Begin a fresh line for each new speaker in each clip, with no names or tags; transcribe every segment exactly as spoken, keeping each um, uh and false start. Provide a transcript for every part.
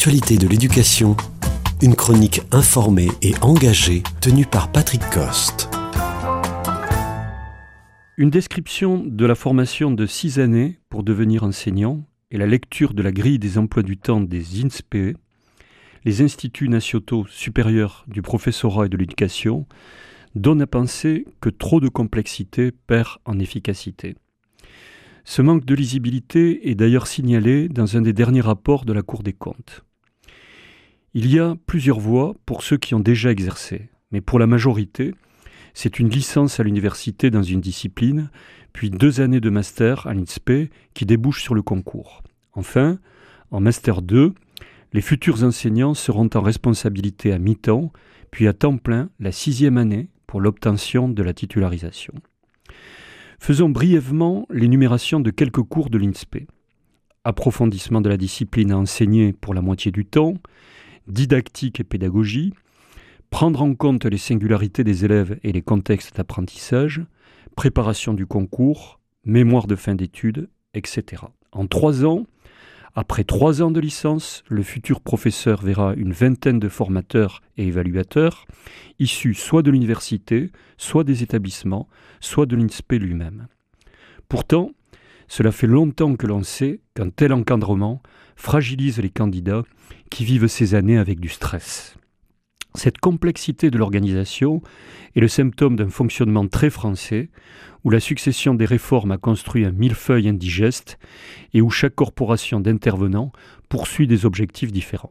L'actualité de l'éducation, une chronique informée et engagée tenue par Patrick Coste.
Une description de la formation de six années pour devenir enseignant et la lecture de la grille des emplois du temps des I N S P E, les instituts nationaux supérieurs du professorat et de l'éducation, donnent à penser que trop de complexité perd en efficacité. Ce manque de lisibilité est d'ailleurs signalé dans un des derniers rapports de la Cour des comptes. Il y a plusieurs voies pour ceux qui ont déjà exercé, mais pour la majorité, c'est une licence à l'université dans une discipline, puis deux années de master à l'I N S P qui débouchent sur le concours. Enfin, en master deux, les futurs enseignants seront en responsabilité à mi-temps, puis à temps plein la sixième année pour l'obtention de la titularisation. Faisons brièvement l'énumération de quelques cours de l'I N S P. Approfondissement de la discipline à enseigner pour la moitié du temps, didactique et pédagogie, prendre en compte les singularités des élèves et les contextes d'apprentissage, préparation du concours, mémoire de fin d'études, et cetera. En trois ans, après trois ans de licence, le futur professeur verra une vingtaine de formateurs et évaluateurs, issus soit de l'université, soit des établissements, soit de l'I N S P lui-même. Pourtant, cela fait longtemps que l'on sait qu'un tel encadrement fragilise les candidats qui vivent ces années avec du stress. Cette complexité de l'organisation est le symptôme d'un fonctionnement très français, où la succession des réformes a construit un millefeuille indigeste et où chaque corporation d'intervenants poursuit des objectifs différents.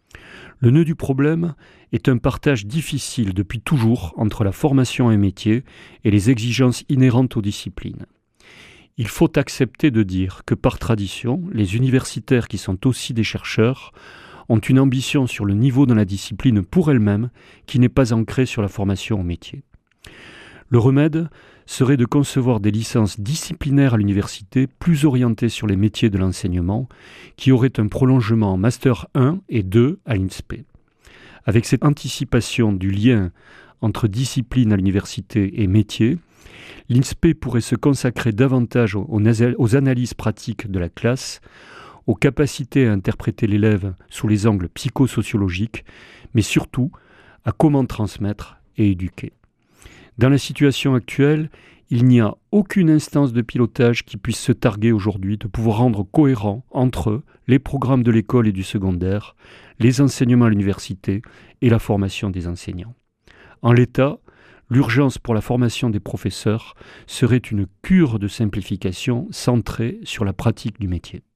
Le nœud du problème est un partage difficile depuis toujours entre la formation à un métier et les exigences inhérentes aux disciplines. Il faut accepter de dire que par tradition, les universitaires qui sont aussi des chercheurs ont une ambition sur le niveau de la discipline pour elle-même qui n'est pas ancrée sur la formation au métier. Le remède serait de concevoir des licences disciplinaires à l'université plus orientées sur les métiers de l'enseignement qui auraient un prolongement en Master un et deux à l'I N S P. Avec cette anticipation du lien entre discipline à l'université et métier, l'I N S P pourrait se consacrer davantage aux, aux analyses pratiques de la classe, aux capacités à interpréter l'élève sous les angles psychosociologiques, mais surtout à comment transmettre et éduquer. Dans la situation actuelle, il n'y a aucune instance de pilotage qui puisse se targuer aujourd'hui de pouvoir rendre cohérent entre eux les programmes de l'école et du secondaire, les enseignements à l'université et la formation des enseignants. En l'état, l'urgence pour la formation des professeurs serait une cure de simplification centrée sur la pratique du métier.